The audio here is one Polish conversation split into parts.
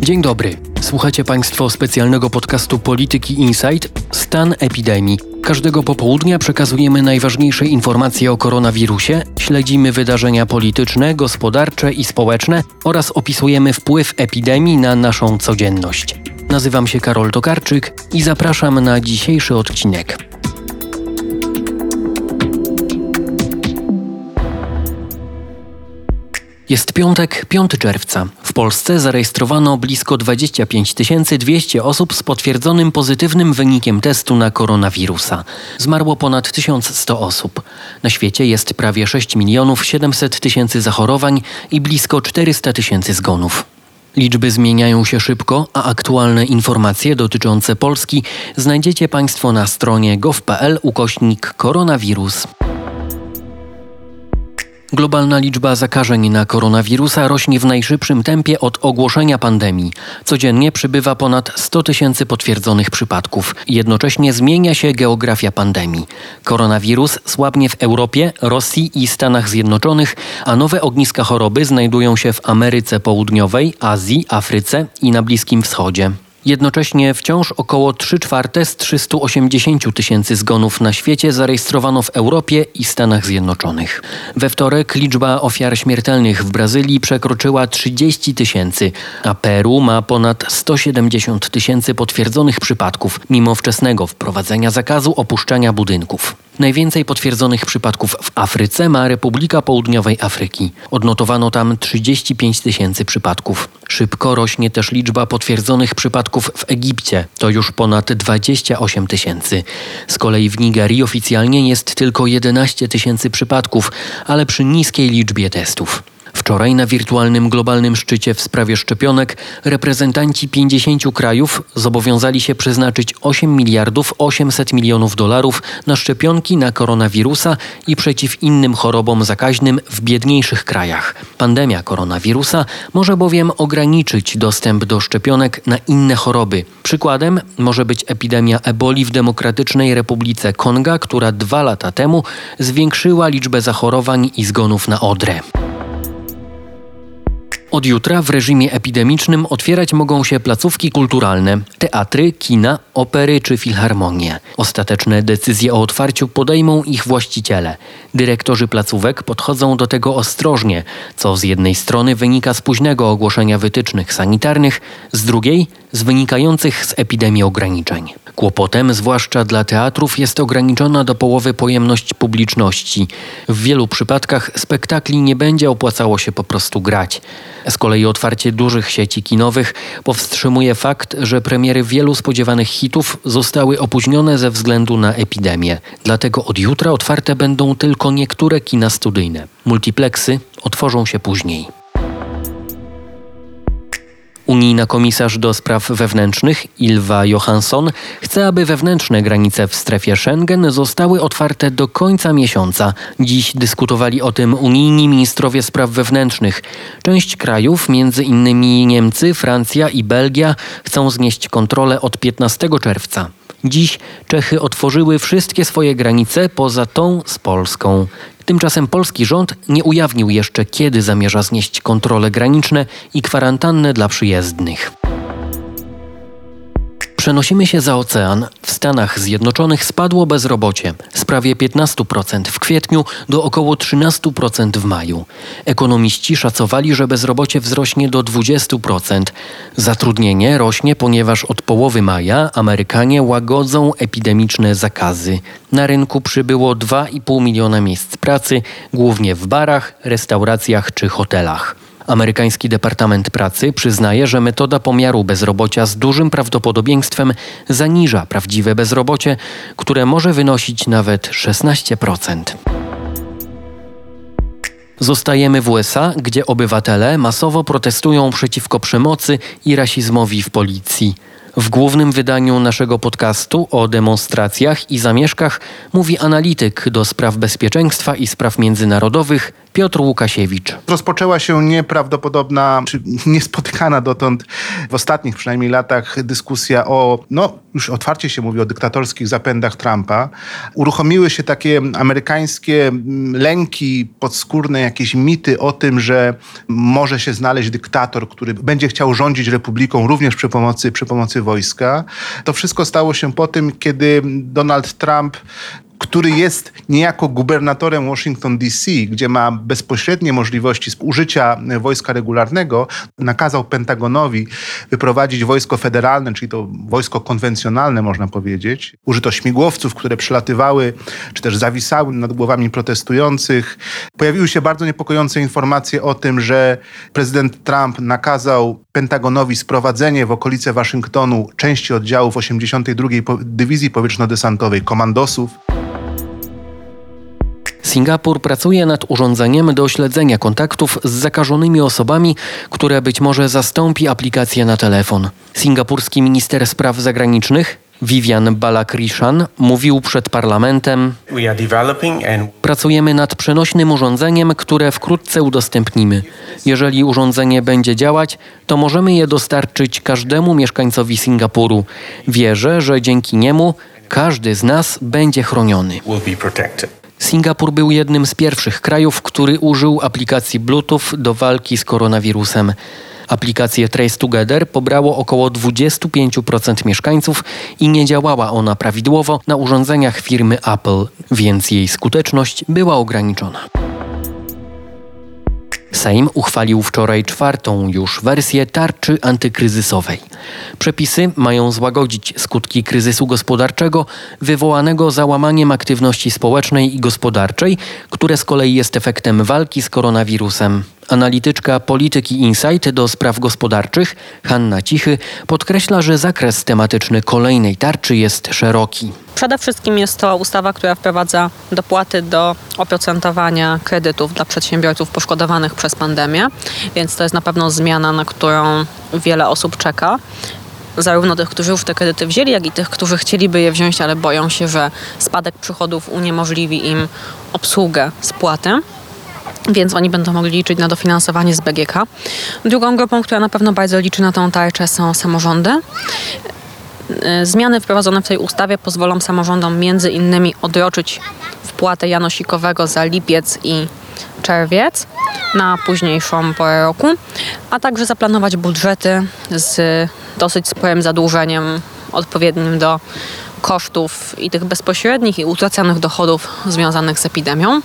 Dzień dobry. Słuchacie Państwo specjalnego podcastu Polityki Insight Stan epidemii. Każdego popołudnia przekazujemy najważniejsze informacje o koronawirusie, śledzimy wydarzenia polityczne, gospodarcze i społeczne oraz opisujemy wpływ epidemii na naszą codzienność. Nazywam się Karol Tokarczyk i zapraszam na dzisiejszy odcinek. Jest piątek, 5 czerwca. W Polsce zarejestrowano blisko 25 200 osób z potwierdzonym pozytywnym wynikiem testu na koronawirusa. Zmarło ponad 1100 osób. Na świecie jest prawie 6 700 000 zachorowań i blisko 400 000 zgonów. Liczby zmieniają się szybko, a aktualne informacje dotyczące Polski znajdziecie Państwo na stronie gov.pl/koronawirus. Globalna liczba zakażeń na koronawirusa rośnie w najszybszym tempie od ogłoszenia pandemii. Codziennie przybywa ponad 100 000 potwierdzonych przypadków. Jednocześnie zmienia się geografia pandemii. Koronawirus słabnie w Europie, Rosji i Stanach Zjednoczonych, a nowe ogniska choroby znajdują się w Ameryce Południowej, Azji, Afryce i na Bliskim Wschodzie. Jednocześnie wciąż około 3/4 z 380 000 zgonów na świecie zarejestrowano w Europie i Stanach Zjednoczonych. We wtorek liczba ofiar śmiertelnych w Brazylii przekroczyła 30 000, a Peru ma ponad 170 000 potwierdzonych przypadków, mimo wczesnego wprowadzenia zakazu opuszczania budynków. Najwięcej potwierdzonych przypadków w Afryce ma Republika Południowej Afryki. Odnotowano tam 35 000 przypadków. Szybko rośnie też liczba potwierdzonych przypadków w Egipcie. To już ponad 28 000. Z kolei w Nigerii oficjalnie jest tylko 11 000 przypadków, ale przy niskiej liczbie testów. Wczoraj na wirtualnym globalnym szczycie w sprawie szczepionek reprezentanci 50 krajów zobowiązali się przeznaczyć $8 800 milionów na szczepionki na koronawirusa i przeciw innym chorobom zakaźnym w biedniejszych krajach. Pandemia koronawirusa może bowiem ograniczyć dostęp do szczepionek na inne choroby. Przykładem może być epidemia eboli w Demokratycznej Republice Konga, która 2 lata temu zwiększyła liczbę zachorowań i zgonów na odrę. Od jutra w reżimie epidemicznym otwierać mogą się placówki kulturalne, teatry, kina, opery czy filharmonie. Ostateczne decyzje o otwarciu podejmą ich właściciele. Dyrektorzy placówek podchodzą do tego ostrożnie, co z jednej strony wynika z późnego ogłoszenia wytycznych sanitarnych, z drugiej z wynikających z epidemii ograniczeń. Kłopotem, zwłaszcza dla teatrów, jest ograniczona do połowy pojemność publiczności. W wielu przypadkach spektakli nie będzie opłacało się po prostu grać. Z kolei otwarcie dużych sieci kinowych powstrzymuje fakt, że premiery wielu spodziewanych hitów zostały opóźnione ze względu na epidemię. Dlatego od jutra otwarte będą tylko niektóre kina studyjne. Multipleksy otworzą się później. Unijna komisarz do spraw wewnętrznych Ylva Johansson chce, aby wewnętrzne granice w strefie Schengen zostały otwarte do końca miesiąca. Dziś dyskutowali o tym unijni ministrowie spraw wewnętrznych. Część krajów, m.in. Niemcy, Francja i Belgia, chcą znieść kontrolę od 15 czerwca. Dziś Czechy otworzyły wszystkie swoje granice poza tą z Polską. Tymczasem polski rząd nie ujawnił jeszcze, kiedy zamierza znieść kontrole graniczne i kwarantannę dla przyjezdnych. Przenosimy się za ocean. W Stanach Zjednoczonych spadło bezrobocie z prawie 15% w kwietniu do około 13% w maju. Ekonomiści szacowali, że bezrobocie wzrośnie do 20%. Zatrudnienie rośnie, ponieważ od połowy maja Amerykanie łagodzą epidemiczne zakazy. Na rynku przybyło 2,5 miliona miejsc pracy, głównie w barach, restauracjach czy hotelach. Amerykański Departament Pracy przyznaje, że metoda pomiaru bezrobocia z dużym prawdopodobieństwem zaniża prawdziwe bezrobocie, które może wynosić nawet 16%. Zostajemy w USA, gdzie obywatele masowo protestują przeciwko przemocy i rasizmowi w policji. W głównym wydaniu naszego podcastu o demonstracjach i zamieszkach mówi analityk do spraw bezpieczeństwa i spraw międzynarodowych Piotr Łukasiewicz. Rozpoczęła się nieprawdopodobna, czy niespotykana dotąd w ostatnich przynajmniej latach dyskusja już otwarcie się mówi o dyktatorskich zapędach Trumpa. Uruchomiły się takie amerykańskie lęki podskórne, jakieś mity o tym, że może się znaleźć dyktator, który będzie chciał rządzić republiką również przy pomocy wojska. To wszystko stało się po tym, kiedy Donald Trump, który jest niejako gubernatorem Washington DC, gdzie ma bezpośrednie możliwości użycia wojska regularnego, nakazał Pentagonowi wyprowadzić wojsko federalne, czyli to wojsko konwencjonalne, można powiedzieć. Użyto śmigłowców, które przelatywały, czy też zawisały nad głowami protestujących. Pojawiły się bardzo niepokojące informacje o tym, że prezydent Trump nakazał Pentagonowi sprowadzenie w okolice Waszyngtonu części oddziałów 82. Dywizji Powietrzno-Desantowej, komandosów. Singapur pracuje nad urządzeniem do śledzenia kontaktów z zakażonymi osobami, które być może zastąpi aplikację na telefon. Singapurski minister spraw zagranicznych Vivian Balakrishnan mówił przed parlamentem: pracujemy nad przenośnym urządzeniem, które wkrótce udostępnimy. Jeżeli urządzenie będzie działać, to możemy je dostarczyć każdemu mieszkańcowi Singapuru. Wierzę, że dzięki niemu każdy z nas będzie chroniony. Singapur był jednym z pierwszych krajów, który użył aplikacji Bluetooth do walki z koronawirusem. Aplikację Trace Together pobrało około 25% mieszkańców i nie działała ona prawidłowo na urządzeniach firmy Apple, więc jej skuteczność była ograniczona. Sejm uchwalił wczoraj 4. już wersję tarczy antykryzysowej. Przepisy mają złagodzić skutki kryzysu gospodarczego wywołanego załamaniem aktywności społecznej i gospodarczej, które z kolei jest efektem walki z koronawirusem. Analityczka Polityki Insight do spraw gospodarczych Hanna Cichy podkreśla, że zakres tematyczny kolejnej tarczy jest szeroki. Przede wszystkim jest to ustawa, która wprowadza dopłaty do oprocentowania kredytów dla przedsiębiorców poszkodowanych przez pandemię, więc to jest na pewno zmiana, na którą wiele osób czeka. Zarówno tych, którzy już te kredyty wzięli, jak i tych, którzy chcieliby je wziąć, ale boją się, że spadek przychodów uniemożliwi im obsługę spłaty. Więc oni będą mogli liczyć na dofinansowanie z BGK. Drugą grupą, która na pewno bardzo liczy na tą tarczę, są samorządy. Zmiany wprowadzone w tej ustawie pozwolą samorządom między innymi odroczyć wpłatę janosikowego za lipiec i czerwiec na późniejszą porę roku, a także zaplanować budżety z dosyć sporym zadłużeniem odpowiednim do kosztów i tych bezpośrednich i utraconych dochodów związanych z epidemią.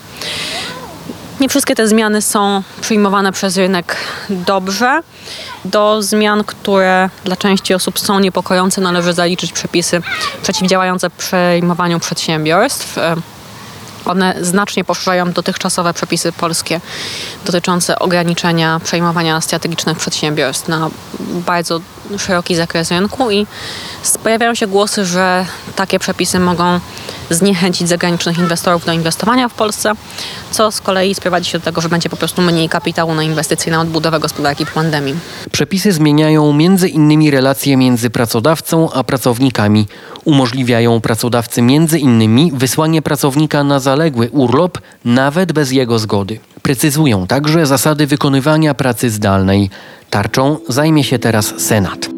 Nie wszystkie te zmiany są przyjmowane przez rynek dobrze. Do zmian, które dla części osób są niepokojące, należy zaliczyć przepisy przeciwdziałające przejmowaniu przedsiębiorstw. One znacznie poszerzają dotychczasowe przepisy polskie dotyczące ograniczenia przejmowania strategicznych przedsiębiorstw na bardzo szeroki zakres rynku i pojawiają się głosy, że takie przepisy mogą zniechęcić zagranicznych inwestorów do inwestowania w Polsce, co z kolei sprowadzi się do tego, że będzie po prostu mniej kapitału na inwestycje na odbudowę gospodarki po pandemii. Przepisy zmieniają m.in. relacje między pracodawcą a pracownikami. Umożliwiają pracodawcy m.in. wysłanie pracownika na zaległy urlop nawet bez jego zgody. Precyzują także zasady wykonywania pracy zdalnej. Tarczą zajmie się teraz Senat.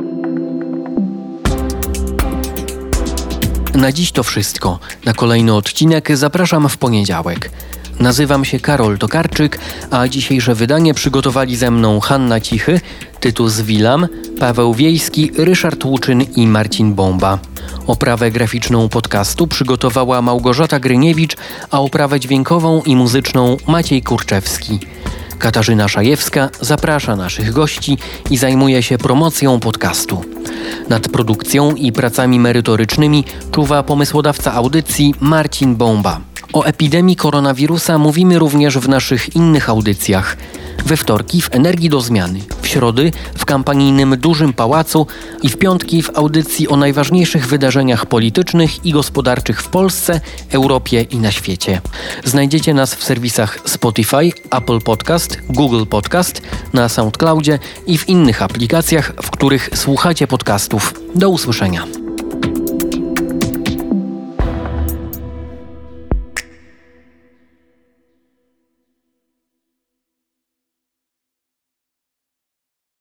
Na dziś to wszystko. Na kolejny odcinek zapraszam w poniedziałek. Nazywam się Karol Tokarczyk, a dzisiejsze wydanie przygotowali ze mną Hanna Cichy, Tytus Wilam, Paweł Wiejski, Ryszard Łuczyn i Marcin Bomba. Oprawę graficzną podcastu przygotowała Małgorzata Gryniewicz, a oprawę dźwiękową i muzyczną Maciej Kurczewski. Katarzyna Szajewska zaprasza naszych gości i zajmuje się promocją podcastu. Nad produkcją i pracami merytorycznymi czuwa pomysłodawca audycji Marcin Bomba. O epidemii koronawirusa mówimy również w naszych innych audycjach. We wtorki w Energii do Zmiany, w środy w kampanijnym Dużym Pałacu i w piątki w audycji o najważniejszych wydarzeniach politycznych i gospodarczych w Polsce, Europie i na świecie. Znajdziecie nas w serwisach Spotify, Apple Podcast, Google Podcast, na SoundCloudzie i w innych aplikacjach, w których słuchacie podcastów. Do usłyszenia.